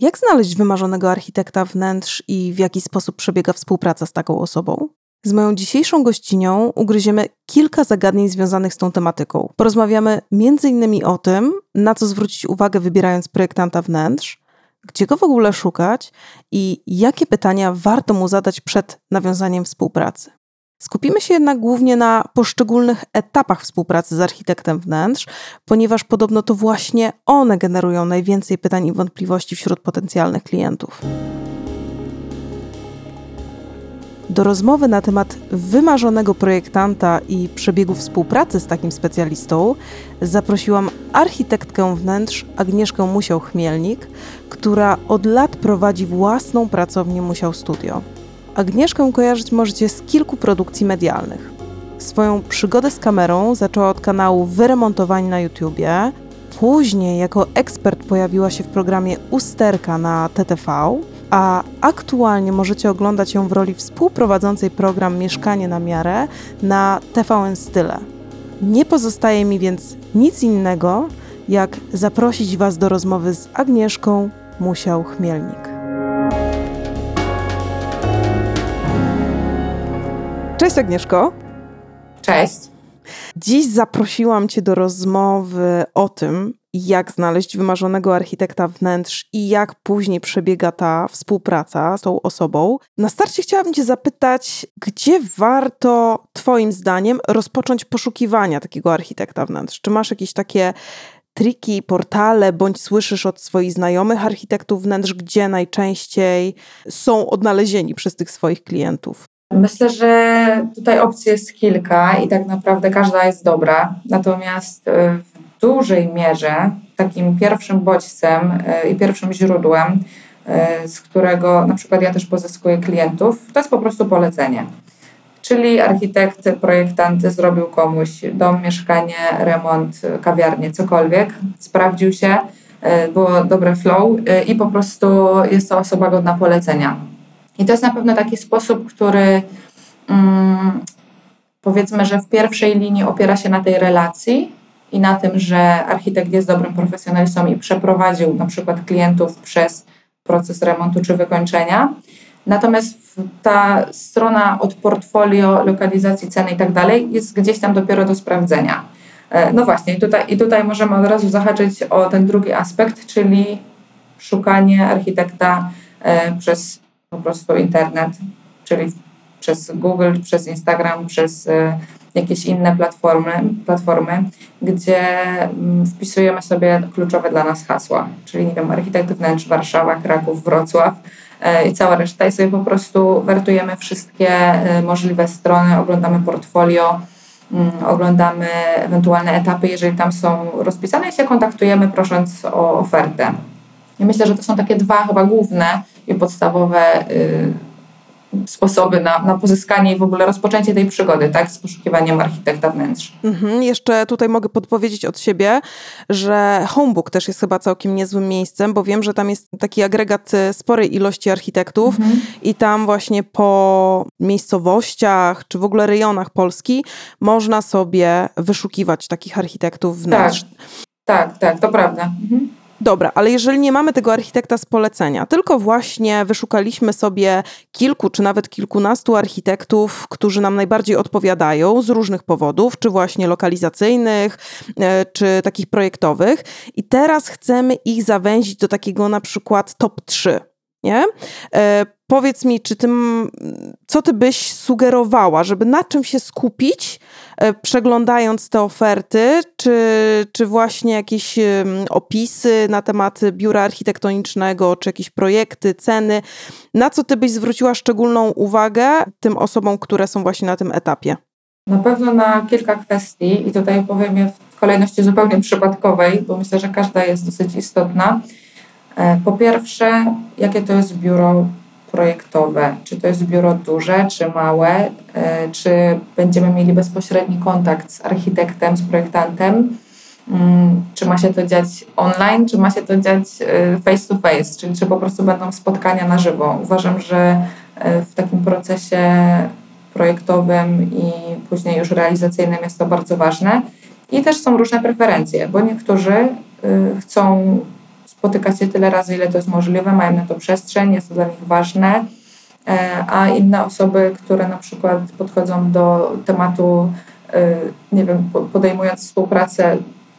Jak znaleźć wymarzonego architekta wnętrz i w jaki sposób przebiega współpraca z taką osobą? Z moją dzisiejszą gościnią ugryziemy kilka zagadnień związanych z tą tematyką. Porozmawiamy m.in. o tym, na co zwrócić uwagę wybierając projektanta wnętrz, gdzie go w ogóle szukać i jakie pytania warto mu zadać przed nawiązaniem współpracy. Skupimy się jednak głównie na poszczególnych etapach współpracy z architektem wnętrz, ponieważ podobno to właśnie one generują najwięcej pytań i wątpliwości wśród potencjalnych klientów. Do rozmowy na temat wymarzonego projektanta i przebiegu współpracy z takim specjalistą zaprosiłam architektkę wnętrz Agnieszkę Musiał-Chmielnik, która od lat prowadzi własną pracownię Musiał Studio. Agnieszkę kojarzyć możecie z kilku produkcji medialnych. Swoją przygodę z kamerą zaczęła od kanału Wyremontowani na YouTubie. Później jako ekspert pojawiła się w programie Usterka na TTV, a aktualnie możecie oglądać ją w roli współprowadzącej program Mieszkanie na miarę na TVN Style. Nie pozostaje mi więc nic innego, jak zaprosić Was do rozmowy z Agnieszką Musiał-Chmielnik. Cześć Agnieszko. Cześć. Dziś zaprosiłam Cię do rozmowy o tym, jak znaleźć wymarzonego architekta wnętrz i jak później przebiega ta współpraca z tą osobą. Na starcie chciałabym Cię zapytać, gdzie warto Twoim zdaniem rozpocząć poszukiwania takiego architekta wnętrz? Czy masz jakieś takie triki, portale, bądź słyszysz od swoich znajomych architektów wnętrz, gdzie najczęściej są odnalezieni przez tych swoich klientów? Myślę, że tutaj opcji jest kilka i tak naprawdę każda jest dobra. Natomiast w dużej mierze takim pierwszym bodźcem i pierwszym źródłem, z którego na przykład ja też pozyskuję klientów, to jest po prostu polecenie. Czyli architekt, projektant zrobił komuś dom, mieszkanie, remont, kawiarnię, cokolwiek, sprawdził się, było dobre flow i po prostu jest to osoba godna polecenia. I to jest na pewno taki sposób, który powiedzmy, że w pierwszej linii opiera się na tej relacji i na tym, że architekt jest dobrym profesjonalistą i przeprowadził na przykład klientów przez proces remontu czy wykończenia. Natomiast ta strona od portfolio, lokalizacji, ceny i tak dalej jest gdzieś tam dopiero do sprawdzenia. No właśnie, i tutaj możemy od razu zahaczyć o ten drugi aspekt, czyli szukanie architekta przez po prostu internet, czyli przez Google, przez Instagram, przez jakieś inne platformy, gdzie wpisujemy sobie kluczowe dla nas hasła, czyli nie wiem, architekt wnętrz Warszawa, Kraków, Wrocław i cała reszta i sobie po prostu wertujemy wszystkie możliwe strony, oglądamy portfolio, oglądamy ewentualne etapy, jeżeli tam są rozpisane i się kontaktujemy prosząc o ofertę. I myślę, że to są takie dwa chyba główne i podstawowe sposoby na pozyskanie i w ogóle rozpoczęcie tej przygody, tak, z poszukiwaniem architekta wnętrz. Jeszcze tutaj mogę podpowiedzieć od siebie, że Homebook też jest chyba całkiem niezłym miejscem, bo wiem, że tam jest taki agregat sporej ilości architektów i tam właśnie po miejscowościach czy w ogóle rejonach Polski można sobie wyszukiwać takich architektów wnętrz. Tak, to prawda. Dobra, ale jeżeli nie mamy tego architekta z polecenia, tylko właśnie wyszukaliśmy sobie kilku czy nawet kilkunastu architektów, którzy nam najbardziej odpowiadają z różnych powodów, czy właśnie lokalizacyjnych, czy takich projektowych i teraz chcemy ich zawęzić do takiego na przykład top 3, nie? Powiedz mi, co ty byś sugerowała, żeby na czym się skupić, przeglądając te oferty, czy właśnie jakieś opisy na temat biura architektonicznego, czy jakieś projekty, ceny. Na co ty byś zwróciła szczególną uwagę tym osobom, które są właśnie na tym etapie? Na pewno na kilka kwestii i tutaj powiem je w kolejności zupełnie przypadkowej, bo myślę, że każda jest dosyć istotna. Po pierwsze, jakie to jest biuro projektowe, czy to jest biuro duże, czy małe, czy będziemy mieli bezpośredni kontakt z architektem, z projektantem, czy ma się to dziać online, czy ma się to dziać face to face, czyli czy po prostu będą spotkania na żywo. Uważam, że w takim procesie projektowym i później już realizacyjnym jest to bardzo ważne. I też są różne preferencje, bo niektórzy chcą spotykać się tyle razy, ile to jest możliwe, mają na to przestrzeń, jest to dla nich ważne, a inne osoby, które na przykład podchodzą do tematu, nie wiem, podejmując współpracę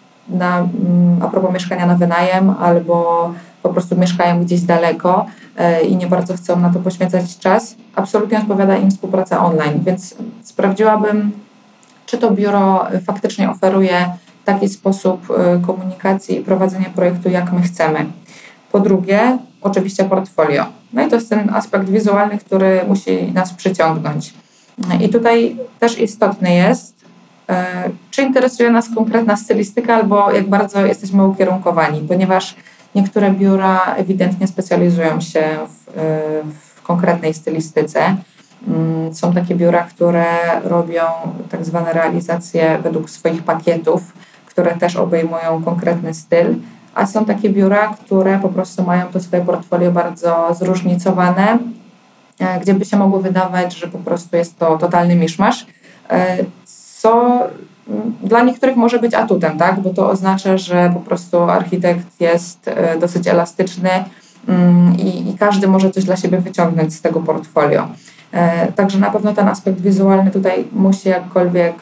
a propos mieszkania na wynajem, albo po prostu mieszkają gdzieś daleko i nie bardzo chcą na to poświęcać czas, absolutnie odpowiada im współpraca online, więc sprawdziłabym, czy to biuro faktycznie oferuje taki sposób komunikacji i prowadzenia projektu, jak my chcemy. Po drugie, oczywiście portfolio. No i to jest ten aspekt wizualny, który musi nas przyciągnąć. I tutaj też istotne jest, czy interesuje nas konkretna stylistyka, albo jak bardzo jesteśmy ukierunkowani, ponieważ niektóre biura ewidentnie specjalizują się w konkretnej stylistyce. Są takie biura, które robią tak zwane realizacje według swoich pakietów, które też obejmują konkretny styl, a są takie biura, które po prostu mają to swoje portfolio bardzo zróżnicowane, gdzie by się mogło wydawać, że po prostu jest to totalny miszmasz, co dla niektórych może być atutem, tak? Bo to oznacza, że po prostu architekt jest dosyć elastyczny i każdy może coś dla siebie wyciągnąć z tego portfolio. Także na pewno ten aspekt wizualny tutaj musi jakkolwiek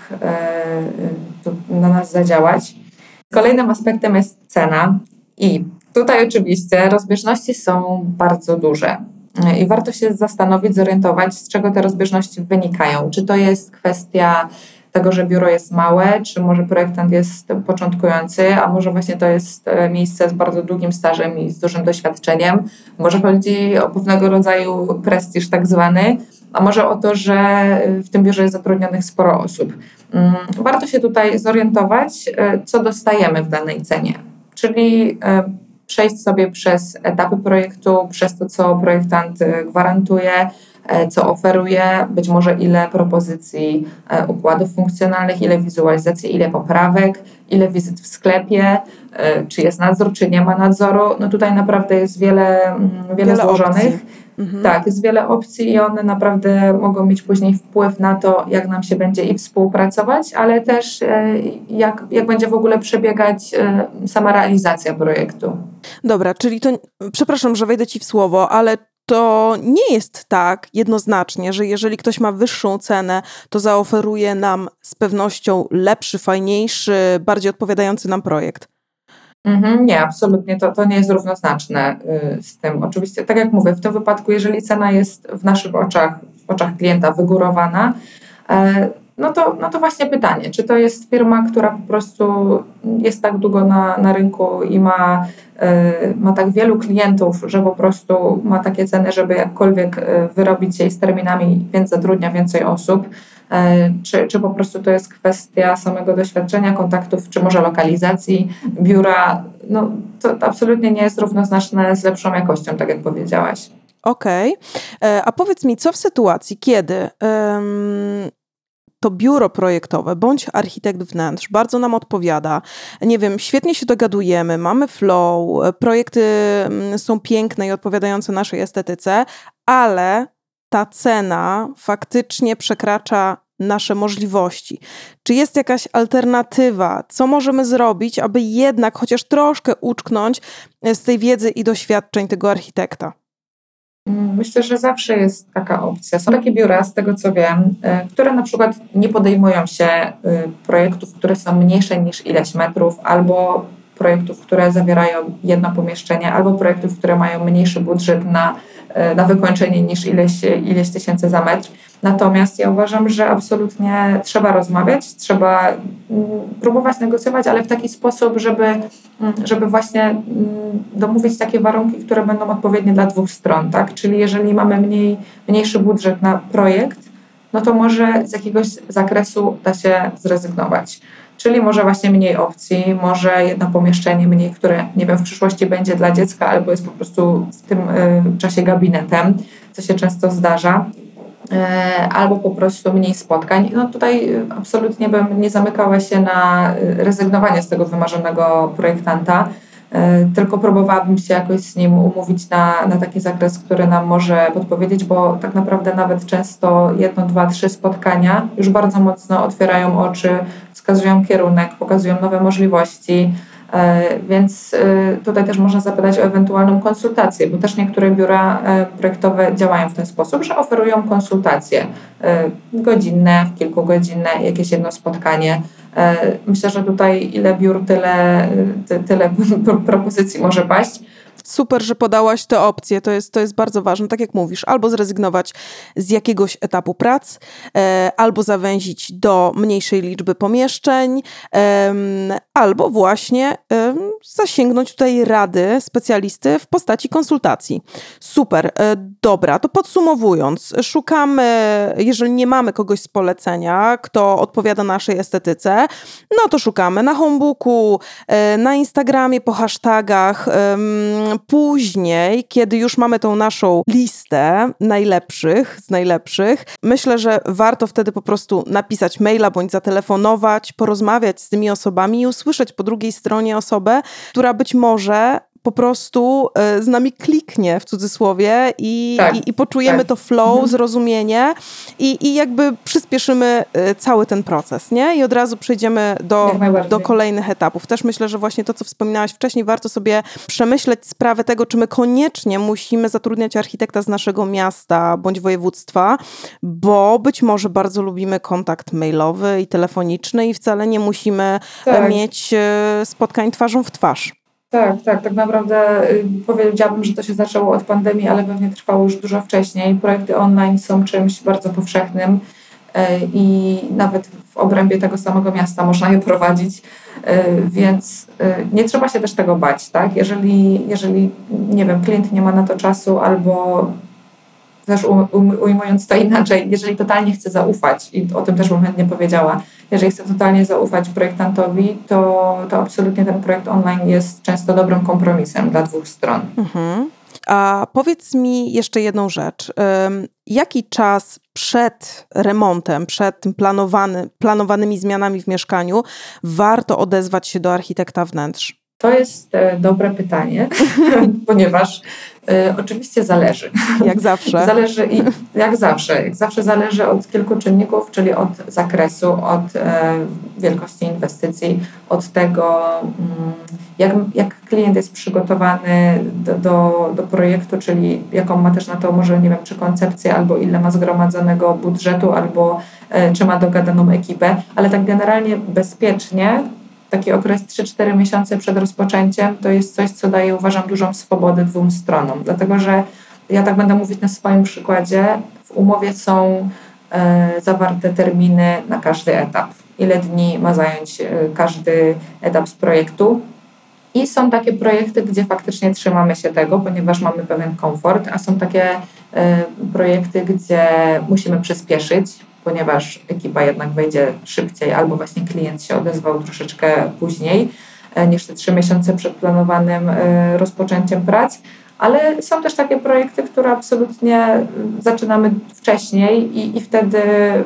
na nas zadziałać. Kolejnym aspektem jest cena i tutaj oczywiście rozbieżności są bardzo duże i warto się zastanowić, zorientować, z czego te rozbieżności wynikają. Czy to jest kwestia tego, że biuro jest małe, czy może projektant jest początkujący, a może właśnie to jest miejsce z bardzo długim stażem i z dużym doświadczeniem. Może chodzi o pewnego rodzaju prestiż tak zwany, a może o to, że w tym biurze jest zatrudnionych sporo osób. Warto się tutaj zorientować, co dostajemy w danej cenie, czyli przejść sobie przez etapy projektu, przez to, co projektant gwarantuje, co oferuje, być może ile propozycji układów funkcjonalnych, ile wizualizacji, ile poprawek, ile wizyt w sklepie, czy jest nadzór, czy nie ma nadzoru. No tutaj naprawdę jest wiele złożonych. Tak, jest wiele opcji i one naprawdę mogą mieć później wpływ na to, jak nam się będzie i współpracować, ale też jak będzie w ogóle przebiegać sama realizacja projektu. Dobra, czyli to, przepraszam, że wejdę Ci w słowo, ale to nie jest tak jednoznacznie, że jeżeli ktoś ma wyższą cenę, to zaoferuje nam z pewnością lepszy, fajniejszy, bardziej odpowiadający nam projekt. Nie, absolutnie to nie jest równoznaczne z tym. Oczywiście, tak jak mówię, w tym wypadku, jeżeli cena jest w naszych oczach, w oczach klienta wygórowana, no to właśnie pytanie, czy to jest firma, która po prostu jest tak długo na rynku i ma tak wielu klientów, że po prostu ma takie ceny, żeby jakkolwiek wyrobić się z terminami, więc zatrudnia więcej osób, czy po prostu to jest kwestia samego doświadczenia, kontaktów, czy może lokalizacji biura. No, to absolutnie nie jest równoznaczne z lepszą jakością, tak jak powiedziałaś. Okej. A powiedz mi, co w sytuacji, kiedy to biuro projektowe bądź architekt wnętrz bardzo nam odpowiada, nie wiem, świetnie się dogadujemy, mamy flow, projekty są piękne i odpowiadające naszej estetyce, ale ta cena faktycznie przekracza nasze możliwości. Czy jest jakaś alternatywa? Co możemy zrobić, aby jednak chociaż troszkę uczknąć z tej wiedzy i doświadczeń tego architekta? Myślę, że zawsze jest taka opcja. Są takie biura, z tego co wiem, które na przykład nie podejmują się projektów, które są mniejsze niż ileś metrów, albo projektów, które zawierają jedno pomieszczenie, albo projektów, które mają mniejszy budżet na wykończenie niż ileś tysięcy za metr. Natomiast ja uważam, że absolutnie trzeba rozmawiać, trzeba próbować negocjować, ale w taki sposób, żeby właśnie domówić takie warunki, które będą odpowiednie dla dwóch stron, tak? Czyli jeżeli mamy mniejszy budżet na projekt, no to może z jakiegoś zakresu da się zrezygnować. Czyli może właśnie mniej opcji, może jedno pomieszczenie mniej, które nie wiem, w przyszłości będzie dla dziecka albo jest po prostu w tym czasie gabinetem, co się często zdarza, albo po prostu mniej spotkań. No tutaj absolutnie bym nie zamykała się na rezygnowanie z tego wymarzonego projektanta, tylko próbowałabym się jakoś z nim umówić na taki zakres, który nam może podpowiedzieć, bo tak naprawdę nawet często 1, 2, 3 spotkania już bardzo mocno otwierają oczy, wskazują kierunek, pokazują nowe możliwości Więc tutaj też można zapytać o ewentualną konsultację, bo też niektóre biura projektowe działają w ten sposób, że oferują konsultacje godzinne, kilkugodzinne, jakieś jedno spotkanie. Myślę, że tutaj ile biur, tyle propozycji może paść. Super, że podałaś tę opcję, to jest bardzo ważne, tak jak mówisz, albo zrezygnować z jakiegoś etapu prac, albo zawęzić do mniejszej liczby pomieszczeń, albo właśnie zasięgnąć tutaj rady specjalisty w postaci konsultacji. Super, dobra, to podsumowując, szukamy, jeżeli nie mamy kogoś z polecenia, kto odpowiada naszej estetyce, no to szukamy na Homebooku, na Instagramie, po hashtagach. Później, kiedy już mamy tą naszą listę z najlepszych, myślę, że warto wtedy po prostu napisać maila bądź zatelefonować, porozmawiać z tymi osobami i usłyszeć po drugiej stronie osobę, która być może po prostu z nami kliknie, w cudzysłowie, i poczujemy to flow, zrozumienie i jakby przyspieszymy cały ten proces, nie? I od razu przejdziemy do kolejnych etapów. Też myślę, że właśnie to, co wspominałaś wcześniej, warto sobie przemyśleć sprawę tego, czy my koniecznie musimy zatrudniać architekta z naszego miasta bądź województwa, bo być może bardzo lubimy kontakt mailowy i telefoniczny i wcale nie musimy mieć spotkań twarzą w twarz. Tak naprawdę powiedziałabym, że to się zaczęło od pandemii, ale pewnie trwało już dużo wcześniej. Projekty online są czymś bardzo powszechnym i nawet w obrębie tego samego miasta można je prowadzić, więc nie trzeba się też tego bać, tak? Jeżeli nie wiem, klient nie ma na to czasu albo też ujmując to inaczej, jeżeli totalnie chce zaufać, i o tym też bym chętnie powiedziała, jeżeli chce totalnie zaufać projektantowi, to absolutnie ten projekt online jest często dobrym kompromisem dla dwóch stron. A powiedz mi jeszcze jedną rzecz. Jaki czas przed remontem, przed tym planowanymi zmianami w mieszkaniu warto odezwać się do architekta wnętrz? To jest dobre pytanie, ponieważ oczywiście zależy. Jak zawsze. Jak zawsze zależy od kilku czynników, czyli od zakresu, od wielkości inwestycji, od tego, jak klient jest przygotowany do projektu, czyli jaką ma też na to może, nie wiem, czy koncepcję, albo ile ma zgromadzonego budżetu, albo czy ma dogadaną ekipę, ale tak generalnie bezpiecznie taki okres 3-4 miesiące przed rozpoczęciem to jest coś, co daje, uważam, dużą swobodę dwóm stronom. Dlatego, że ja tak będę mówić na swoim przykładzie, w umowie są zawarte terminy na każdy etap. Ile dni ma zająć każdy etap z projektu. I są takie projekty, gdzie faktycznie trzymamy się tego, ponieważ mamy pewien komfort, a są takie projekty, gdzie musimy przyspieszyć, ponieważ ekipa jednak wejdzie szybciej albo właśnie klient się odezwał troszeczkę później niż te 3 miesiące przed planowanym rozpoczęciem prac. Ale są też takie projekty, które absolutnie zaczynamy wcześniej i wtedy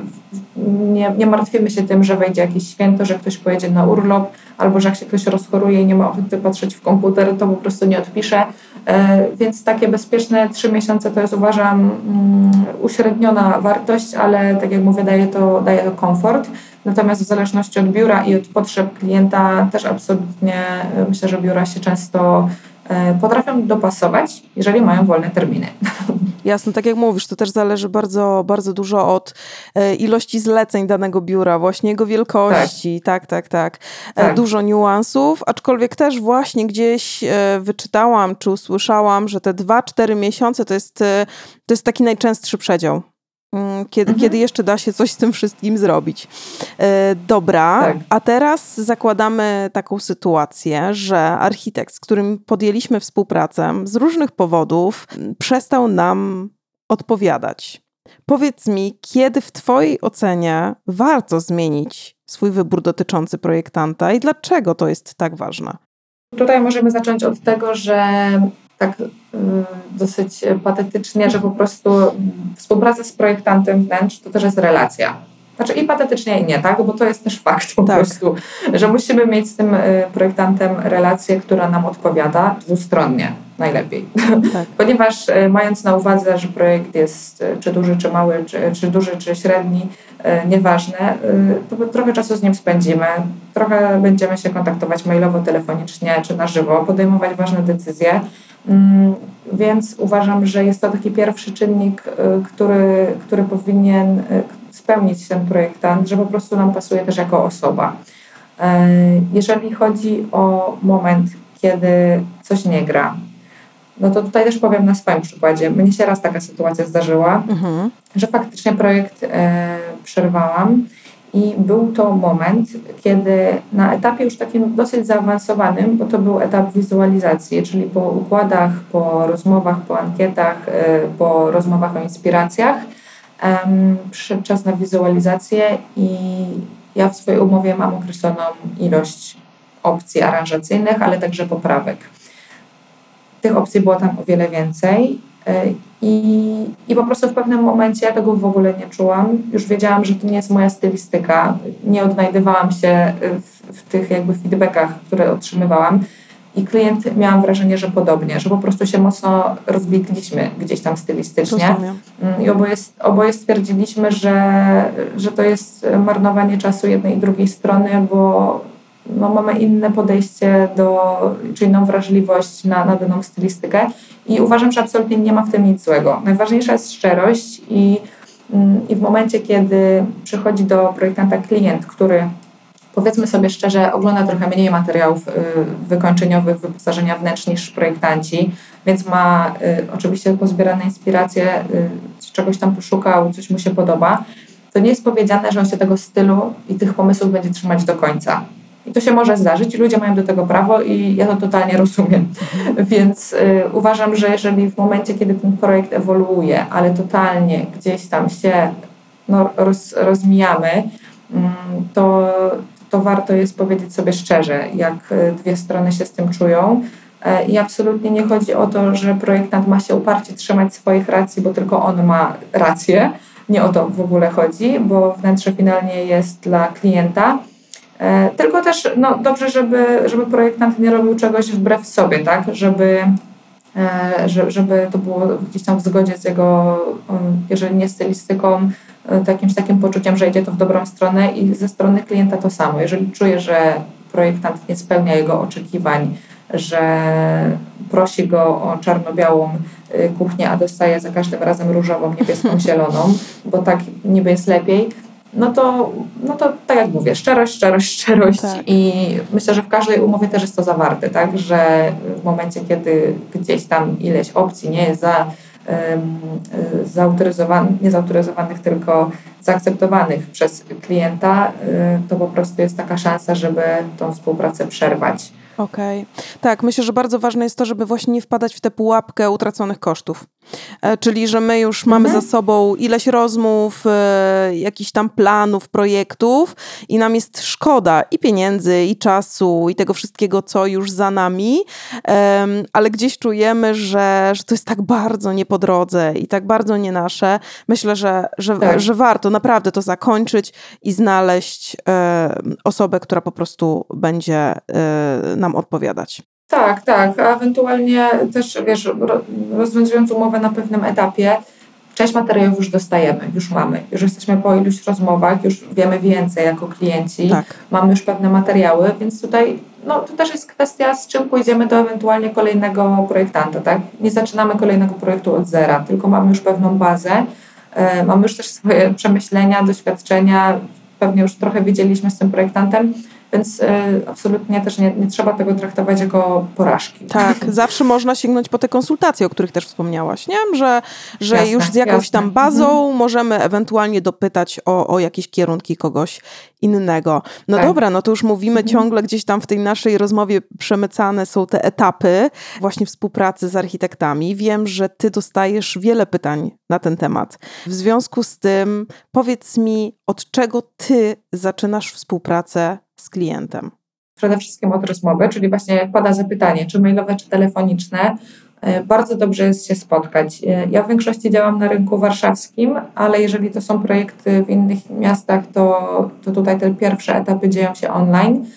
nie martwimy się tym, że wejdzie jakieś święto, że ktoś pojedzie na urlop, albo że jak się ktoś rozchoruje i nie ma ochoty patrzeć w komputer, to po prostu nie odpisze. Więc takie bezpieczne 3 miesiące to jest, uważam, uśredniona wartość, ale tak jak mówię, daje to komfort. Natomiast w zależności od biura i od potrzeb klienta też absolutnie myślę, że biura się często potrafią dopasować, jeżeli mają wolne terminy. Jasne, tak jak mówisz, to też zależy bardzo, bardzo dużo od ilości zleceń danego biura, właśnie jego wielkości, tak. Dużo niuansów, aczkolwiek też właśnie gdzieś wyczytałam czy usłyszałam, że te 2-4 miesiące to jest taki najczęstszy przedział. Kiedy jeszcze da się coś z tym wszystkim zrobić. Dobra, tak. A teraz zakładamy taką sytuację, że architekt, z którym podjęliśmy współpracę, z różnych powodów przestał nam odpowiadać. Powiedz mi, kiedy w twojej ocenie warto zmienić swój wybór dotyczący projektanta i dlaczego to jest tak ważne? Tutaj możemy zacząć od tego, że tak dosyć patetycznie, że po prostu współpraca z projektantem wnętrz to też jest relacja. Znaczy i patetycznie i nie, tak? Bo to jest też fakt po prostu, że musimy mieć z tym projektantem relację, która nam odpowiada dwustronnie. najlepiej. Tak. Ponieważ mając na uwadze, że projekt jest czy duży, czy mały, czy duży, czy średni, nieważne, to trochę czasu z nim spędzimy, trochę będziemy się kontaktować mailowo, telefonicznie, czy na żywo, podejmować ważne decyzje. Więc uważam, że jest to taki pierwszy czynnik, który powinien spełnić ten projektant, że po prostu nam pasuje też jako osoba. Jeżeli chodzi o moment, kiedy coś nie gra, no to tutaj też powiem na swoim przykładzie. Mnie się raz taka sytuacja zdarzyła, że faktycznie projekt przerwałam i był to moment, kiedy na etapie już takim dosyć zaawansowanym, bo to był etap wizualizacji, czyli po układach, po rozmowach, po ankietach, po rozmowach o inspiracjach, przyszedł czas na wizualizację i ja w swojej umowie mam określoną ilość opcji aranżacyjnych, ale także poprawek. Tych opcji było tam o wiele więcej i po prostu w pewnym momencie ja tego w ogóle nie czułam. Już wiedziałam, że to nie jest moja stylistyka. Nie odnajdywałam się w tych jakby feedbackach, które otrzymywałam. I klient, miałam wrażenie, że podobnie, że po prostu się mocno rozbiegliśmy gdzieś tam stylistycznie. Rozumiem. I oboje stwierdziliśmy, że to jest marnowanie czasu jednej i drugiej strony, bo mamy inne podejście czy inną wrażliwość na daną stylistykę i uważam, że absolutnie nie ma w tym nic złego. Najważniejsza jest szczerość i w momencie, kiedy przychodzi do projektanta klient, który, powiedzmy sobie szczerze, ogląda trochę mniej materiałów wykończeniowych, wyposażenia wnętrz niż projektanci, więc ma oczywiście pozbierane inspiracje, czegoś tam poszukał, coś mu się podoba, to nie jest powiedziane, że on się tego stylu i tych pomysłów będzie trzymać do końca. I to się może zdarzyć i ludzie mają do tego prawo i ja to totalnie rozumiem. Więc uważam, że jeżeli w momencie, kiedy ten projekt ewoluuje, ale totalnie gdzieś tam się rozmijamy, to warto jest powiedzieć sobie szczerze, jak dwie strony się z tym czują. I absolutnie nie chodzi o to, że projektant ma się uparcie trzymać swoich racji, bo tylko on ma rację. Nie o to w ogóle chodzi, bo wnętrze finalnie jest dla klienta. Tylko też dobrze, żeby projektant nie robił czegoś wbrew sobie, tak? Żeby to było gdzieś tam w zgodzie z jego, jeżeli nie stylistyką, to jakimś takim poczuciem, że idzie to w dobrą stronę i ze strony klienta to samo. Jeżeli czuje, że projektant nie spełnia jego oczekiwań, że prosi go o czarno-białą kuchnię, a dostaje za każdym razem różową, niebieską, zieloną, bo tak niby jest lepiej, no to tak jak mówię, szczerość. Tak. I myślę, że w każdej umowie też jest to zawarte, tak, że w momencie, kiedy gdzieś tam ileś opcji nie jest nie zautoryzowanych, tylko zaakceptowanych przez klienta, to po prostu jest taka szansa, żeby tą współpracę przerwać. Okej. Tak, myślę, że bardzo ważne jest to, żeby właśnie nie wpadać w tę pułapkę utraconych kosztów. Czyli, że my już mamy za sobą ileś rozmów, jakichś tam planów, projektów i nam jest szkoda i pieniędzy, i czasu, i tego wszystkiego, co już za nami, ale gdzieś czujemy, że to jest tak bardzo nie po drodze i tak bardzo nie nasze. Myślę, że warto naprawdę to zakończyć i znaleźć osobę, która po prostu będzie nam odpowiadać. Tak, a ewentualnie też, wiesz, rozwiązując umowę na pewnym etapie, część materiałów już dostajemy, już mamy, już jesteśmy po iluś rozmowach, już wiemy więcej jako klienci, mamy już pewne materiały, więc tutaj to też jest kwestia, z czym pójdziemy do ewentualnie kolejnego projektanta, tak? Nie zaczynamy kolejnego projektu od zera, tylko mamy już pewną bazę, mamy już też swoje przemyślenia, doświadczenia, pewnie już trochę widzieliśmy z tym projektantem, więc absolutnie też nie trzeba tego traktować jako porażki. Tak, zawsze można sięgnąć po te konsultacje, o których też wspomniałaś, nie? Że jasne, już z jakąś tam bazą możemy ewentualnie dopytać o jakieś kierunki kogoś innego. Dobra, to już mówimy ciągle gdzieś tam w tej naszej rozmowie przemycane są te etapy właśnie współpracy z architektami. Wiem, że ty dostajesz wiele pytań na ten temat. W związku z tym powiedz mi, od czego ty zaczynasz współpracę z klientem? Przede wszystkim od rozmowy, czyli właśnie jak pada zapytanie, czy mailowe, czy telefoniczne, bardzo dobrze jest się spotkać. Ja w większości działam na rynku warszawskim, ale jeżeli to są projekty w innych miastach, to tutaj te pierwsze etapy dzieją się online.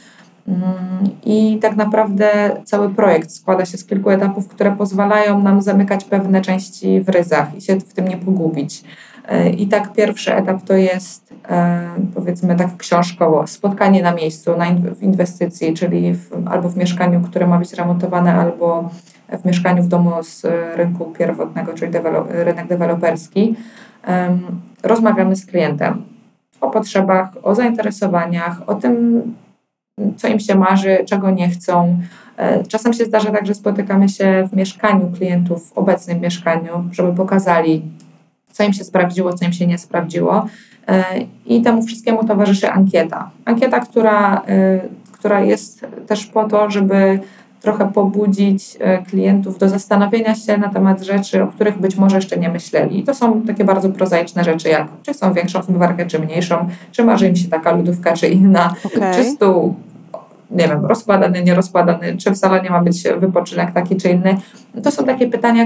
I tak naprawdę cały projekt składa się z kilku etapów, które pozwalają nam zamykać pewne części w ryzach i się w tym nie pogubić. I tak pierwszy etap to jest, powiedzmy tak książkowo, spotkanie na miejscu, w inwestycji, czyli albo w mieszkaniu, które ma być remontowane, albo w mieszkaniu w domu z rynku pierwotnego, czyli rynek deweloperski. Rozmawiamy z klientem o potrzebach, o zainteresowaniach, o tym, co im się marzy, czego nie chcą. Czasem się zdarza tak, że spotykamy się w mieszkaniu klientów, w obecnym mieszkaniu, żeby pokazali, co im się sprawdziło, co im się nie sprawdziło. I temu wszystkiemu towarzyszy ankieta. Ankieta, która jest też po to, żeby trochę pobudzić klientów do zastanowienia się na temat rzeczy, o których być może jeszcze nie myśleli. I to są takie bardzo prozaiczne rzeczy, jak czy chcą większą zmywarkę, czy mniejszą, czy marzy im się taka lodówka, czy inna, czy stół, nie wiem, rozkładany, nierozkładany, czy w salonie ma być wypoczynek taki, czy inny. To są takie pytania,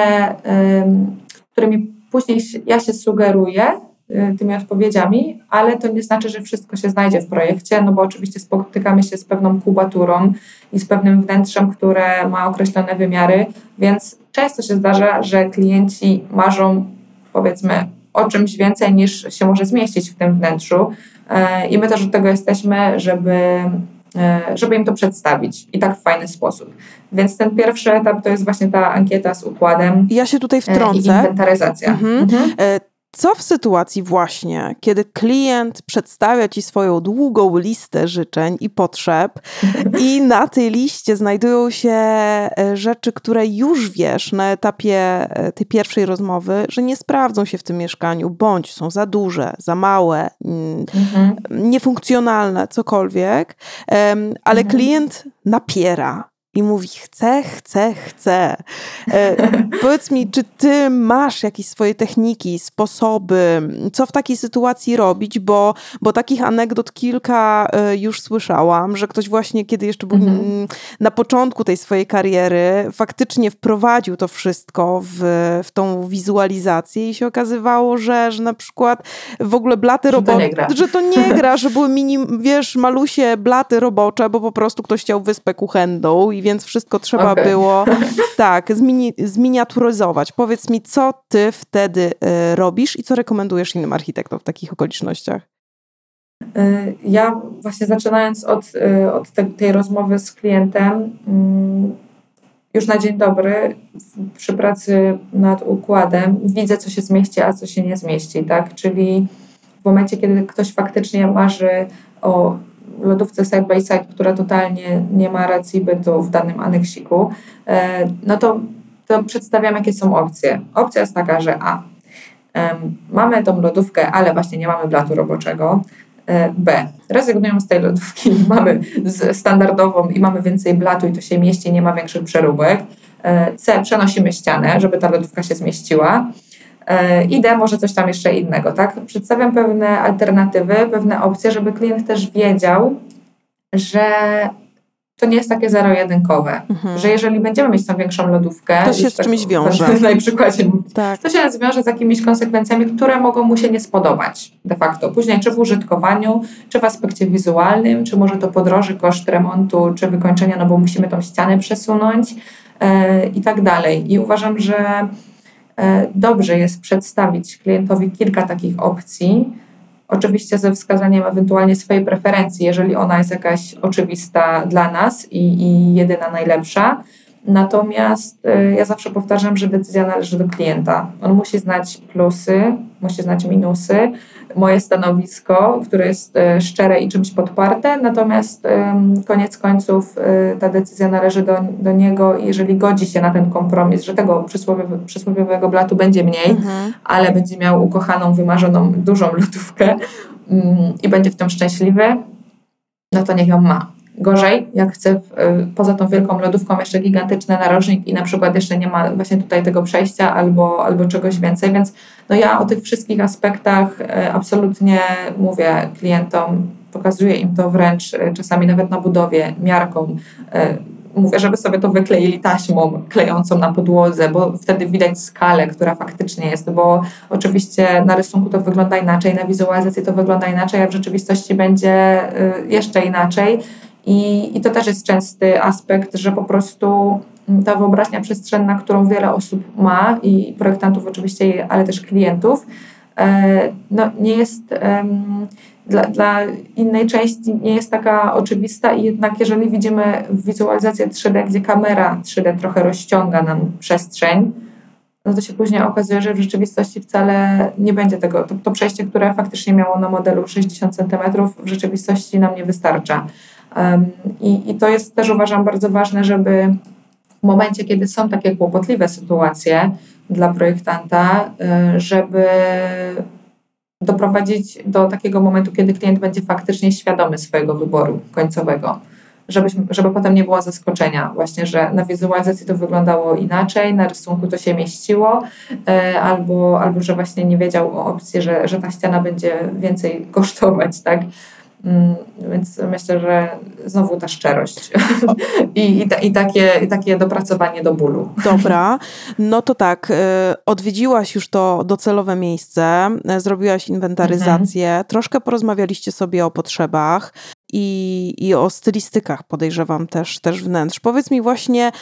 którymi później ja się sugeruję tymi odpowiedziami, ale to nie znaczy, że wszystko się znajdzie w projekcie, no bo oczywiście spotykamy się z pewną kubaturą i z pewnym wnętrzem, które ma określone wymiary, więc często się zdarza, że klienci marzą, powiedzmy, o czymś więcej niż się może zmieścić w tym wnętrzu i my też od tego jesteśmy, żeby im to przedstawić i tak w fajny sposób. Więc ten pierwszy etap to jest właśnie ta ankieta z układem. Ja się tutaj wtrącę. I inwentaryzacja. Co w sytuacji właśnie, kiedy klient przedstawia ci swoją długą listę życzeń i potrzeb i na tej liście znajdują się rzeczy, które już wiesz na etapie tej pierwszej rozmowy, że nie sprawdzą się w tym mieszkaniu, bądź są za duże, za małe, niefunkcjonalne, cokolwiek, ale klient napiera. I mówi, chcę. Powiedz mi, czy ty masz jakieś swoje techniki, sposoby, co w takiej sytuacji robić, bo takich anegdot kilka już słyszałam, że ktoś właśnie, kiedy jeszcze był na początku tej swojej kariery, faktycznie wprowadził to wszystko w tą wizualizację i się okazywało, że na przykład w ogóle blaty robocze, że to nie gra, że były malusie blaty robocze, bo po prostu ktoś chciał wyspę kuchenną i więc wszystko trzeba było zminiaturyzować. Powiedz mi, co ty wtedy robisz i co rekomendujesz innym architektom w takich okolicznościach? Ja właśnie zaczynając od tej rozmowy z klientem, już na dzień dobry przy pracy nad układem widzę, co się zmieści, a co się nie zmieści, tak? Czyli w momencie, kiedy ktoś faktycznie marzy o lodówce side by side, która totalnie nie ma racji bytu w danym aneksiku, no to przedstawiam, jakie są opcje. Opcja jest taka, że mamy tą lodówkę, ale właśnie nie mamy blatu roboczego. B. Rezygnujemy z tej lodówki, mamy standardową i mamy więcej blatu i to się mieści, nie ma większych przeróbek. C. Przenosimy ścianę, żeby ta lodówka się zmieściła. I D. Może coś tam jeszcze innego, tak? Przedstawiam pewne alternatywy, pewne opcje, żeby klient też wiedział, że to nie jest takie zero-jedynkowe, że jeżeli będziemy mieć tą większą lodówkę, to się z czymś wiąże. Na przykładzie, tak. To się zwiąże z jakimiś konsekwencjami, które mogą mu się nie spodobać de facto. Później czy w użytkowaniu, czy w aspekcie wizualnym, czy może to podroży koszt remontu, czy wykończenia, no bo musimy tą ścianę przesunąć i tak dalej. I uważam, że dobrze jest przedstawić klientowi kilka takich opcji, oczywiście ze wskazaniem ewentualnie swojej preferencji, jeżeli ona jest jakaś oczywista dla nas i jedyna najlepsza. Natomiast ja zawsze powtarzam, że decyzja należy do klienta. On musi znać plusy, musi znać minusy, moje stanowisko, które jest szczere i czymś podparte, natomiast koniec końców ta decyzja należy do niego i jeżeli godzi się na ten kompromis, że tego przysłowiowego blatu będzie mniej, ale będzie miał ukochaną, wymarzoną, dużą lodówkę i będzie w tym szczęśliwy, no to niech ją ma. Gorzej, jak chcę poza tą wielką lodówką jeszcze gigantyczny narożnik i na przykład jeszcze nie ma właśnie tutaj tego przejścia albo czegoś więcej, więc no ja o tych wszystkich aspektach absolutnie mówię klientom, pokazuję im to wręcz czasami nawet na budowie, miarką. Mówię, żeby sobie to wykleili taśmą klejącą na podłodze, bo wtedy widać skalę, która faktycznie jest, bo oczywiście na rysunku to wygląda inaczej, na wizualizacji to wygląda inaczej, a w rzeczywistości będzie jeszcze inaczej. I to też jest częsty aspekt, że po prostu ta wyobraźnia przestrzenna, którą wiele osób ma i projektantów oczywiście, ale też klientów, nie jest dla innej części nie jest taka oczywista i jednak jeżeli widzimy wizualizację 3D, gdzie kamera 3D trochę rozciąga nam przestrzeń, no to się później okazuje, że w rzeczywistości wcale nie będzie tego. To przejście, które faktycznie miało na modelu 60 cm, w rzeczywistości nam nie wystarcza. I to jest też, uważam, bardzo ważne, żeby w momencie, kiedy są takie kłopotliwe sytuacje dla projektanta, żeby doprowadzić do takiego momentu, kiedy klient będzie faktycznie świadomy swojego wyboru końcowego. Żeby potem nie było zaskoczenia właśnie, że na wizualizacji to wyglądało inaczej, na rysunku to się mieściło, albo że właśnie nie wiedział o opcji, że ta ściana będzie więcej kosztować, tak? Więc myślę, że znowu ta szczerość i takie dopracowanie do bólu. Dobra, no to tak, odwiedziłaś już to docelowe miejsce, zrobiłaś inwentaryzację, troszkę porozmawialiście sobie o potrzebach i o stylistykach, podejrzewam też wnętrz. Powiedz mi właśnie,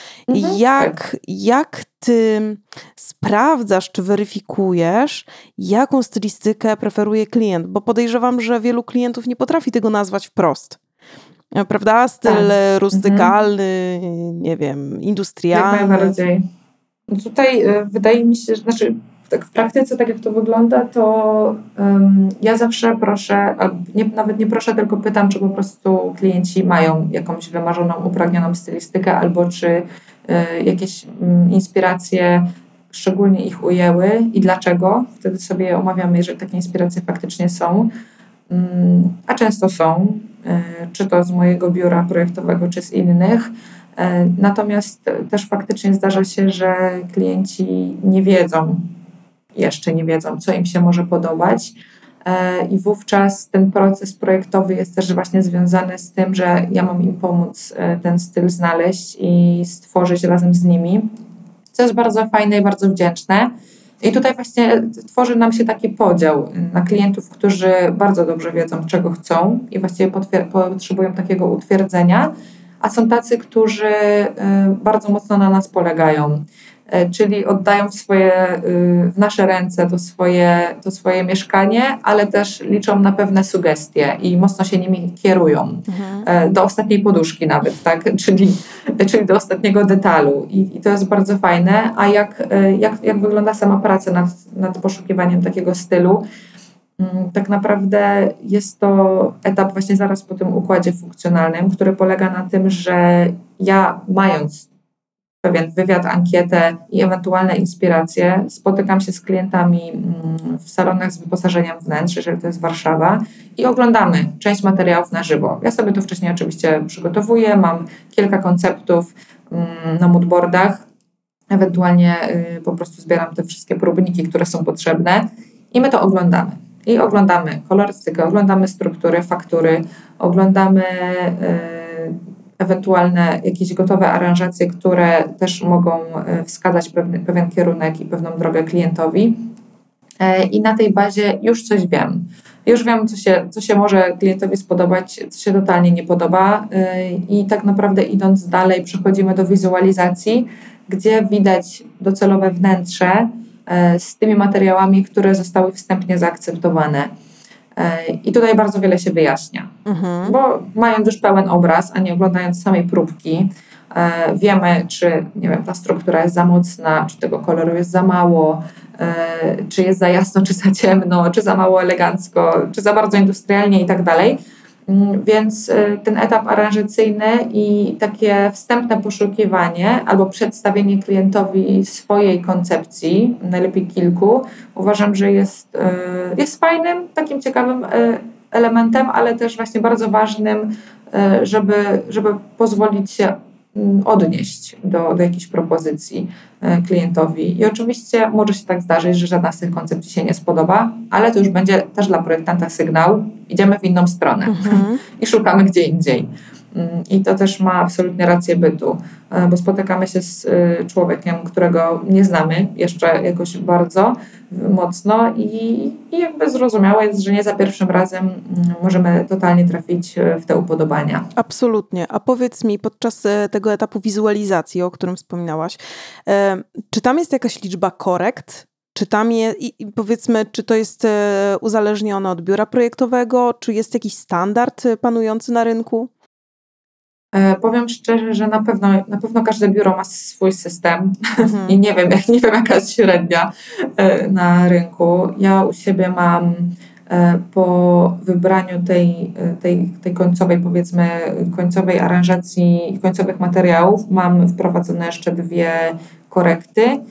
jak ty sprawdzasz, czy weryfikujesz, jaką stylistykę preferuje klient, bo podejrzewam, że wielu klientów nie potrafi tego nazwać wprost. Prawda? Styl rustykalny, nie wiem, industrialny. Jak najbardziej. Tutaj wydaje mi się, że tak w praktyce, tak jak to wygląda, to ja zawsze proszę, nawet nie proszę, tylko pytam, czy po prostu klienci mają jakąś wymarzoną, upragnioną stylistykę, albo czy jakieś inspiracje szczególnie ich ujęły i dlaczego. Wtedy sobie omawiamy, jeżeli takie inspiracje faktycznie są, a często są, czy to z mojego biura projektowego, czy z innych. Natomiast też faktycznie zdarza się, że klienci jeszcze nie wiedzą, co im się może podobać. I wówczas ten proces projektowy jest też właśnie związany z tym, że ja mam im pomóc ten styl znaleźć i stworzyć razem z nimi, co jest bardzo fajne i bardzo wdzięczne. I tutaj właśnie tworzy nam się taki podział na klientów, którzy bardzo dobrze wiedzą, czego chcą i właściwie potrzebują takiego utwierdzenia, a są tacy, którzy bardzo mocno na nas polegają, czyli oddają w nasze ręce to swoje mieszkanie, ale też liczą na pewne sugestie i mocno się nimi kierują. Do ostatniej poduszki nawet, tak? Czyli do ostatniego detalu. I to jest bardzo fajne. A jak wygląda sama praca nad poszukiwaniem takiego stylu? Tak naprawdę jest to etap właśnie zaraz po tym układzie funkcjonalnym, który polega na tym, że ja, mając pewien wywiad, ankietę i ewentualne inspiracje, spotykam się z klientami w salonach z wyposażeniem wnętrz, jeżeli to jest Warszawa, i oglądamy część materiałów na żywo. Ja sobie to wcześniej oczywiście przygotowuję, mam kilka konceptów na moodboardach, ewentualnie po prostu zbieram te wszystkie próbniki, które są potrzebne i my to oglądamy. I oglądamy kolorystykę, oglądamy struktury, faktury, oglądamy ewentualne jakieś gotowe aranżacje, które też mogą wskazać pewien kierunek i pewną drogę klientowi. I na tej bazie już coś wiem. Już wiem, co się może klientowi spodobać, co się totalnie nie podoba. I tak naprawdę idąc dalej, przechodzimy do wizualizacji, gdzie widać docelowe wnętrze z tymi materiałami, które zostały wstępnie zaakceptowane. I tutaj bardzo wiele się wyjaśnia, bo mając już pełen obraz, a nie oglądając samej próbki, wiemy, czy ta struktura jest za mocna, czy tego koloru jest za mało, czy jest za jasno, czy za ciemno, czy za mało elegancko, czy za bardzo industrialnie i tak dalej. Więc ten etap aranżacyjny i takie wstępne poszukiwanie albo przedstawienie klientowi swojej koncepcji, najlepiej kilku, uważam, że jest fajnym, takim ciekawym elementem, ale też właśnie bardzo ważnym, żeby pozwolić się odnieść do jakiejś propozycji klientowi. I oczywiście może się tak zdarzyć, że żadna z tych koncepcji się nie spodoba, ale to już będzie też dla projektanta sygnał, idziemy w inną stronę i szukamy gdzie indziej. I to też ma absolutnie rację bytu, bo spotykamy się z człowiekiem, którego nie znamy jeszcze jakoś bardzo mocno i jakby zrozumiałe jest, że nie za pierwszym razem możemy totalnie trafić w te upodobania. Absolutnie. A powiedz mi, podczas tego etapu wizualizacji, o którym wspominałaś, czy tam jest jakaś liczba korekt? Czy tam powiedzmy, czy to jest uzależnione od biura projektowego? Czy jest jakiś standard panujący na rynku? Powiem szczerze, że na pewno każde biuro ma swój system Mhm. i nie wiem jaka jest średnia na rynku. Ja u siebie mam po wybraniu tej końcowej, powiedzmy, końcowej aranżacji i końcowych materiałów mam wprowadzone jeszcze 2 korekty.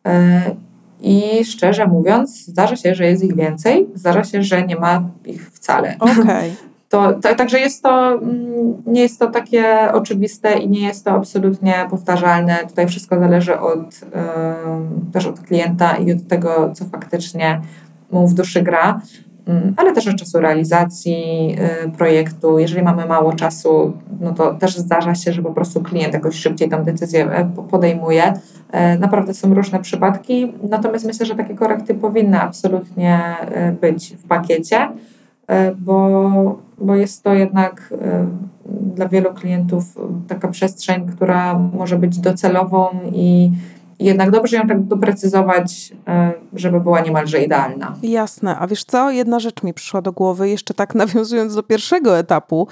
I szczerze mówiąc, zdarza się, że jest ich więcej, zdarza się, że nie ma ich wcale. Okej. Także nie jest to takie oczywiste i nie jest to absolutnie powtarzalne. Tutaj wszystko zależy też od klienta i od tego, co faktycznie mu w duszy gra, ale też od czasu realizacji projektu. Jeżeli mamy mało czasu, no to też zdarza się, że po prostu klient jakoś szybciej tą decyzję podejmuje. Naprawdę są różne przypadki, natomiast myślę, że takie korekty powinny absolutnie być w pakiecie, bo jest to jednak dla wielu klientów taka przestrzeń, która może być docelową i jednak dobrze ją tak doprecyzować, żeby była niemalże idealna. Jasne. A wiesz co? Jedna rzecz mi przyszła do głowy, jeszcze tak nawiązując do pierwszego etapu.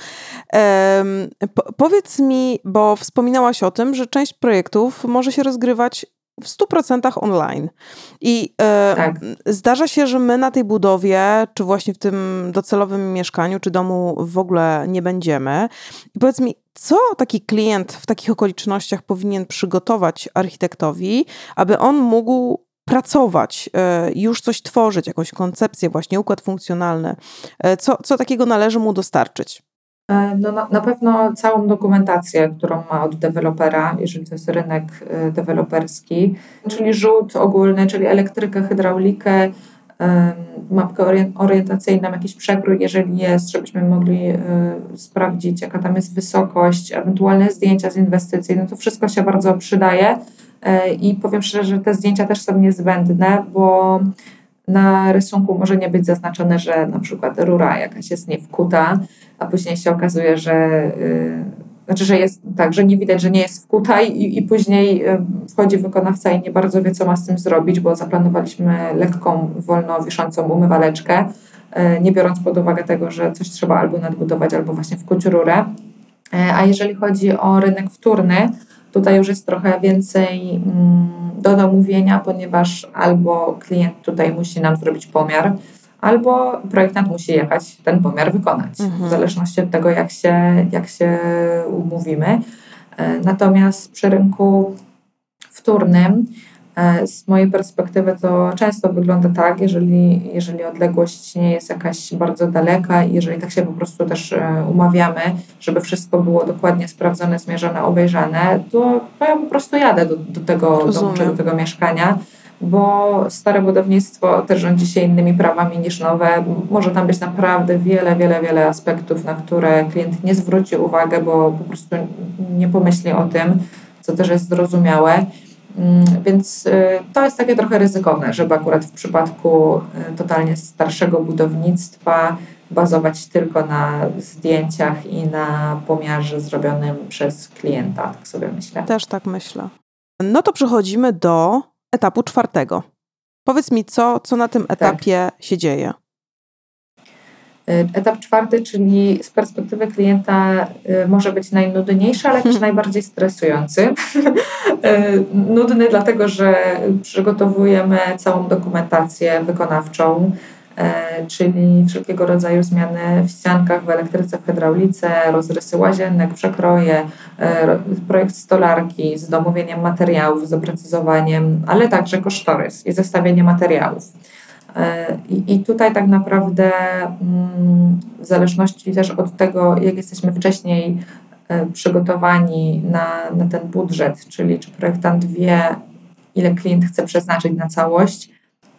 Powiedz mi, bo wspominałaś o tym, że część projektów może się rozgrywać w 100% online. I Tak. zdarza się, że my na tej budowie, czy właśnie w tym docelowym mieszkaniu, czy domu w ogóle nie będziemy. I powiedz mi, co taki klient w takich okolicznościach powinien przygotować architektowi, aby on mógł pracować, już coś tworzyć, jakąś koncepcję, właśnie układ funkcjonalny. Co takiego należy mu dostarczyć? No, na pewno całą dokumentację, którą ma od dewelopera, jeżeli to jest rynek deweloperski, czyli rzut ogólny, czyli elektrykę, hydraulikę, mapkę orientacyjną, jakiś przekrój, jeżeli jest, żebyśmy mogli sprawdzić, jaka tam jest wysokość, ewentualne zdjęcia z inwestycji, no to wszystko się bardzo przydaje i powiem szczerze, że te zdjęcia też są niezbędne, bo na rysunku może nie być zaznaczone, że na przykład rura jakaś jest niewkuta, a później się okazuje, że jest tak, że nie widać, że nie jest wkuta i później wchodzi wykonawca i nie bardzo wie, co ma z tym zrobić, bo zaplanowaliśmy lekką, wolno wiszącą umywaleczkę, nie biorąc pod uwagę tego, że coś trzeba albo nadbudować, albo właśnie wkuć rurę. A jeżeli chodzi o rynek wtórny, tutaj już jest trochę więcej do domówienia, ponieważ albo klient tutaj musi nam zrobić pomiar, albo projektant musi jechać ten pomiar wykonać, w zależności od tego, jak się umówimy. Natomiast przy rynku wtórnym, z mojej perspektywy to często wygląda tak, jeżeli odległość nie jest jakaś bardzo daleka i jeżeli tak się po prostu też umawiamy, żeby wszystko było dokładnie sprawdzone, zmierzone, obejrzane, to ja po prostu jadę do tego domu czy do tego mieszkania, bo stare budownictwo też rządzi się innymi prawami niż nowe. Może tam być naprawdę wiele aspektów, na które klient nie zwróci uwagi, bo po prostu nie pomyśli o tym, co też jest zrozumiałe. Więc to jest takie trochę ryzykowne, żeby akurat w przypadku totalnie starszego budownictwa bazować tylko na zdjęciach i na pomiarze zrobionym przez klienta, tak sobie myślę. Też tak myślę. No to przechodzimy do etapu 4. Powiedz mi, co na tym etapie się dzieje? Etap 4, czyli z perspektywy klienta może być najnudniejszy, ale też najbardziej stresujący. Nudny dlatego, że przygotowujemy całą dokumentację wykonawczą, czyli wszelkiego rodzaju zmiany w ściankach, w elektryce, w hydraulice, rozrysy łazienek, przekroje, projekt stolarki z domówieniem materiałów, z doprecyzowaniem, ale także kosztorys i zestawienie materiałów. I tutaj tak naprawdę w zależności też od tego, jak jesteśmy wcześniej przygotowani na ten budżet, czyli czy projektant wie, ile klient chce przeznaczyć na całość,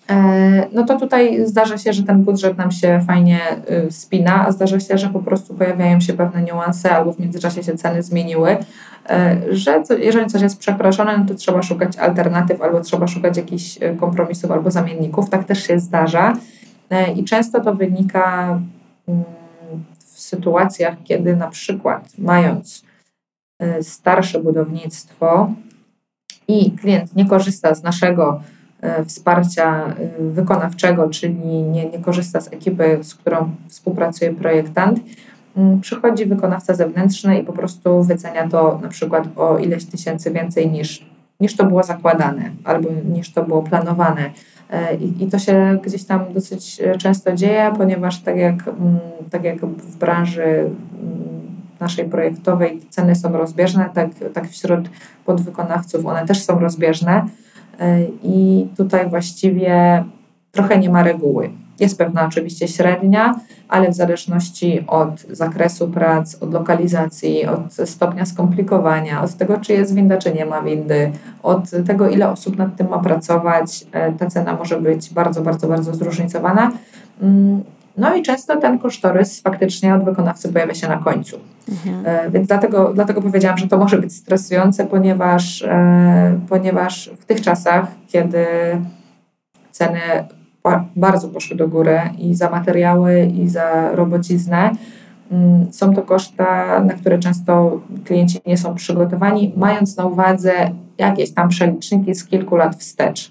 No to tutaj zdarza się, że ten budżet nam się fajnie spina, a zdarza się, że po prostu pojawiają się pewne niuanse albo w międzyczasie się ceny zmieniły, że jeżeli coś jest przekroczone, no to trzeba szukać alternatyw albo trzeba szukać jakichś kompromisów albo zamienników. Tak też się zdarza i często to wynika w sytuacjach, kiedy na przykład mając starsze budownictwo i klient nie korzysta z naszego wsparcia wykonawczego, czyli nie korzysta z ekipy, z którą współpracuje projektant, przychodzi wykonawca zewnętrzny i po prostu wycenia to na przykład o ileś tysięcy więcej niż to było zakładane albo niż to było planowane. I to się gdzieś tam dosyć często dzieje, ponieważ tak jak w branży naszej projektowej ceny są rozbieżne, tak wśród podwykonawców one też są rozbieżne. I tutaj właściwie trochę nie ma reguły. Jest pewna oczywiście średnia, ale w zależności od zakresu prac, od lokalizacji, od stopnia skomplikowania, od tego, czy jest winda, czy nie ma windy, od tego, ile osób nad tym ma pracować, ta cena może być bardzo, bardzo, bardzo zróżnicowana. No i często ten kosztorys faktycznie od wykonawcy pojawia się na końcu. Więc dlatego powiedziałam, że to może być stresujące, ponieważ w tych czasach, kiedy ceny bardzo poszły do góry i za materiały, i za robociznę, są to koszta, na które często klienci nie są przygotowani, mając na uwadze jakieś tam przeliczniki z kilku lat wstecz.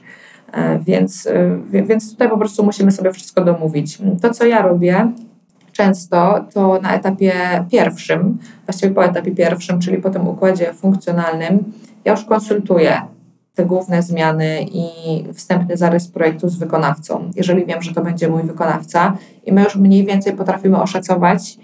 Więc tutaj po prostu musimy sobie wszystko domówić. To, co ja robię często, to na etapie pierwszym, właściwie po etapie pierwszym, czyli po tym układzie funkcjonalnym, ja już konsultuję te główne zmiany i wstępny zarys projektu z wykonawcą. Jeżeli wiem, że to będzie mój wykonawca i my już mniej więcej potrafimy oszacować,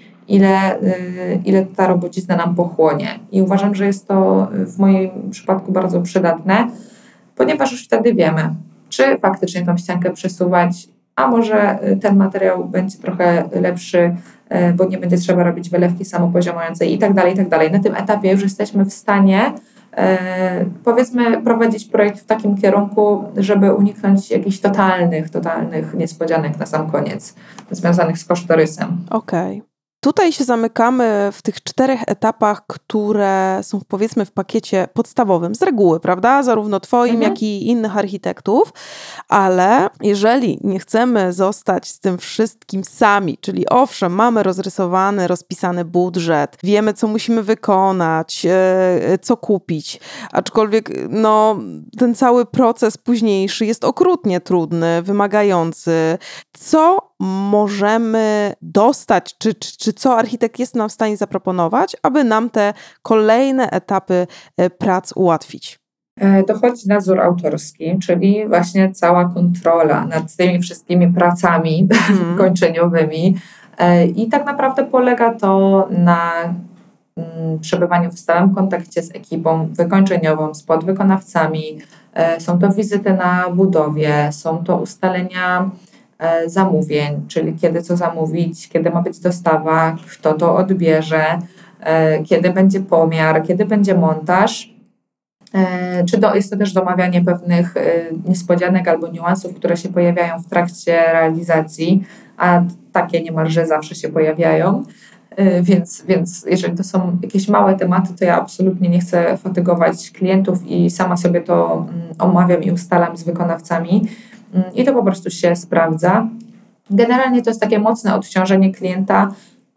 ile ta robocizna nam pochłonie. I uważam, że jest to w moim przypadku bardzo przydatne, ponieważ już wtedy wiemy, czy faktycznie tą ściankę przesuwać, a może ten materiał będzie trochę lepszy, bo nie będzie trzeba robić wylewki samopoziomującej i tak dalej, i tak dalej. Na tym etapie już jesteśmy w stanie, powiedzmy, prowadzić projekt w takim kierunku, żeby uniknąć jakichś totalnych niespodzianek na sam koniec, związanych z kosztorysem. Okej. Tutaj się zamykamy w tych 4 etapach, które są powiedzmy w pakiecie podstawowym, z reguły, prawda? Zarówno twoim, jak i innych architektów, ale jeżeli nie chcemy zostać z tym wszystkim sami, czyli owszem, mamy rozrysowany, rozpisany budżet, wiemy, co musimy wykonać, co kupić, aczkolwiek ten cały proces późniejszy jest okrutnie trudny, wymagający. Co możemy dostać, czy co architekt jest nam w stanie zaproponować, aby nam te kolejne etapy prac ułatwić? Dochodzi nadzór autorski, czyli właśnie cała kontrola nad tymi wszystkimi pracami kończeniowymi. I tak naprawdę polega to na przebywaniu w stałym kontakcie z ekipą wykończeniową, z podwykonawcami. Są to wizyty na budowie, są to ustalenia zamówień, czyli kiedy co zamówić, kiedy ma być dostawa, kto to odbierze, kiedy będzie pomiar, kiedy będzie montaż. Jest to też domawianie pewnych niespodzianek albo niuansów, które się pojawiają w trakcie realizacji, a takie niemalże zawsze się pojawiają. Więc jeżeli to są jakieś małe tematy, to ja absolutnie nie chcę fatygować klientów i sama sobie to omawiam i ustalam z wykonawcami. I to po prostu się sprawdza. Generalnie to jest takie mocne odciążenie klienta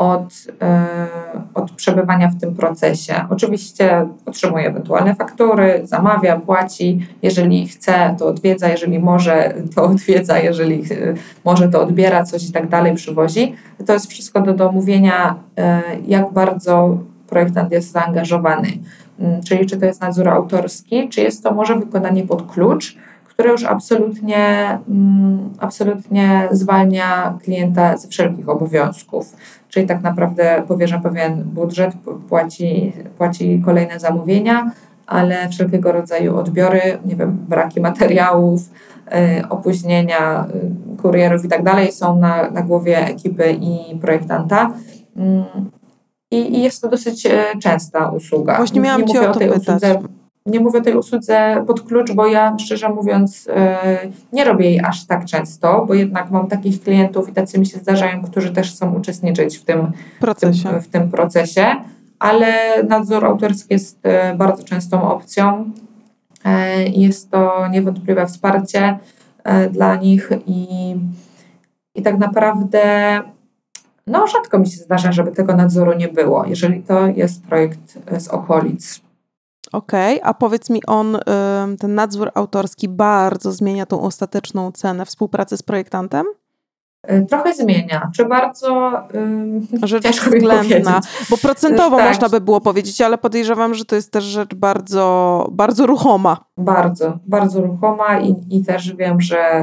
od przebywania w tym procesie. Oczywiście otrzymuje ewentualne faktury, zamawia, płaci. Jeżeli chce, to odwiedza, jeżeli może, to odwiedza, jeżeli może, to odbiera coś i tak dalej, przywozi. To jest wszystko do domówienia, jak bardzo projektant jest zaangażowany. Czyli czy to jest nadzór autorski, czy jest to może wykonanie pod klucz, które już absolutnie zwalnia klienta ze wszelkich obowiązków. Czyli tak naprawdę powierza pewien budżet, płaci kolejne zamówienia, ale wszelkiego rodzaju odbiory, braki materiałów, opóźnienia kurierów i tak dalej są na głowie ekipy i projektanta. I jest to dosyć częsta usługa. Właśnie miałam Cię o to pytać. Nie mówię o tej usłudze pod klucz, bo ja szczerze mówiąc nie robię jej aż tak często, bo jednak mam takich klientów i tacy mi się zdarzają, którzy też chcą uczestniczyć w tym procesie, ale nadzór autorski jest bardzo częstą opcją. Jest to niewątpliwe wsparcie dla nich i tak naprawdę rzadko mi się zdarza, żeby tego nadzoru nie było, jeżeli to jest projekt z okolic. Okej, a powiedz mi, ten nadzór autorski bardzo zmienia tą ostateczną cenę współpracy z projektantem? Trochę zmienia. Czy bardzo Rzecz ciężko mi względna, powiedzieć. bo procentowo Tak. można by było powiedzieć, ale podejrzewam, że to jest też rzecz bardzo, bardzo ruchoma. Bardzo, bardzo ruchoma i też wiem,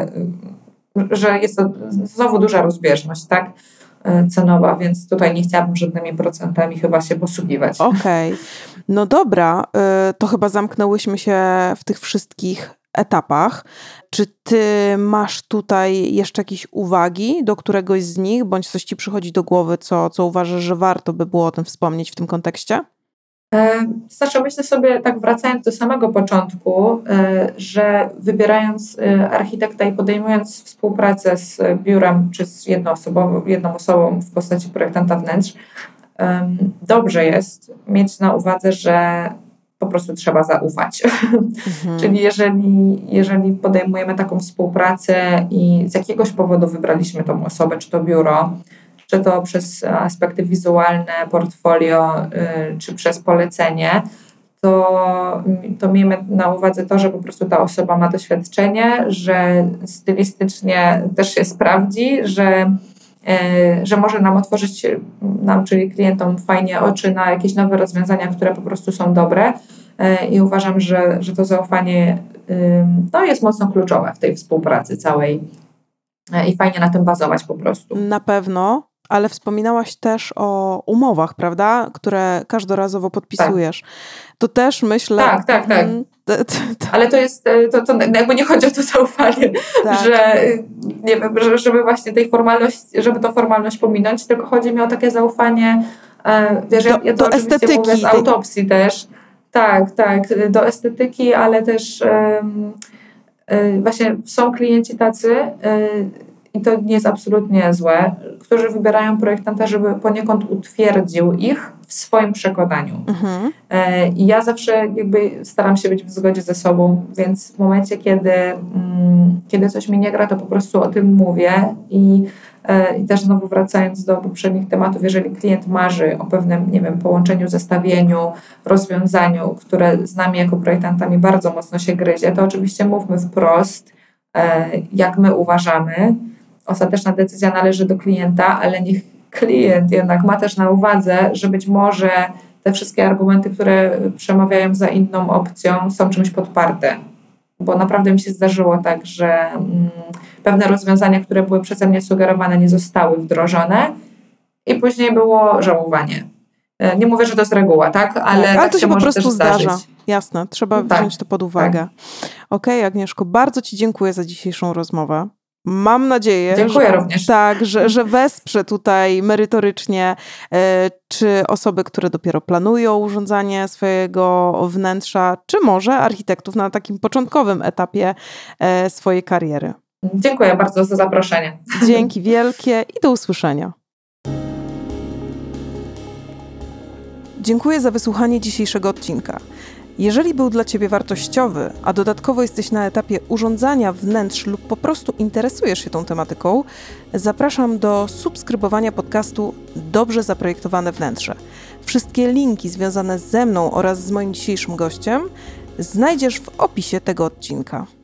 że jest to znowu duża rozbieżność, tak? Cenowa, więc tutaj nie chciałabym żadnymi procentami chyba się posługiwać. Okej. No dobra, to chyba zamknęłyśmy się w tych wszystkich etapach. Czy ty masz tutaj jeszcze jakieś uwagi do któregoś z nich, bądź coś ci przychodzi do głowy, co uważasz, że warto by było o tym wspomnieć w tym kontekście? Znaczy myślę sobie, tak wracając do samego początku, że wybierając architekta i podejmując współpracę z biurem czy z jedną osobą w postaci projektanta wnętrz, dobrze jest mieć na uwadze, że po prostu trzeba zaufać. Czyli jeżeli podejmujemy taką współpracę i z jakiegoś powodu wybraliśmy tą osobę, czy to biuro, czy to przez aspekty wizualne, portfolio, czy przez polecenie, to miejmy na uwadze to, że po prostu ta osoba ma doświadczenie, że stylistycznie też się sprawdzi, że może nam otworzyć, czyli klientom fajnie oczy na jakieś nowe rozwiązania, które po prostu są dobre. I uważam, że to zaufanie jest mocno kluczowe w tej współpracy całej i fajnie na tym bazować po prostu. Na pewno, ale wspominałaś też o umowach, prawda? Które każdorazowo podpisujesz. Tak. To też myślę... Tak. Ale to jest, to jakby nie chodzi o to zaufanie, że nie wiem, żeby właśnie żeby tą formalność pominąć, tylko chodzi mi o takie zaufanie, wiesz, ja to oczywiście estetyki, mówię z autopsji też. Tak, do estetyki, ale też właśnie są klienci tacy, i to nie jest absolutnie złe, którzy wybierają projektanta, żeby poniekąd utwierdził ich w swoim przekonaniu. I ja zawsze jakby staram się być w zgodzie ze sobą, więc w momencie, kiedy coś mi nie gra, to po prostu o tym mówię i też znowu wracając do poprzednich tematów, jeżeli klient marzy o pewnym, nie wiem, połączeniu, zestawieniu, rozwiązaniu, które z nami jako projektantami bardzo mocno się gryzie, to oczywiście mówmy wprost, jak my uważamy. Ostateczna decyzja należy do klienta, ale niech klient jednak ma też na uwadze, że być może te wszystkie argumenty, które przemawiają za inną opcją, są czymś podparte. Bo naprawdę mi się zdarzyło tak, że pewne rozwiązania, które były przeze mnie sugerowane, nie zostały wdrożone i później było żałowanie. Nie mówię, że to jest reguła, tak? Ale tak to się może po prostu też zdarza. Jasne, trzeba wziąć to pod uwagę. Tak. Okej, Agnieszko, bardzo ci dziękuję za dzisiejszą rozmowę. Mam nadzieję, również. Tak, że wesprze tutaj merytorycznie czy osoby, które dopiero planują urządzanie swojego wnętrza, czy może architektów na takim początkowym etapie swojej kariery. Dziękuję bardzo za zaproszenie. Dzięki wielkie i do usłyszenia. Dziękuję za wysłuchanie dzisiejszego odcinka. Jeżeli był dla Ciebie wartościowy, a dodatkowo jesteś na etapie urządzania wnętrz lub po prostu interesujesz się tą tematyką, zapraszam do subskrybowania podcastu Dobrze zaprojektowane wnętrze. Wszystkie linki związane ze mną oraz z moim dzisiejszym gościem znajdziesz w opisie tego odcinka.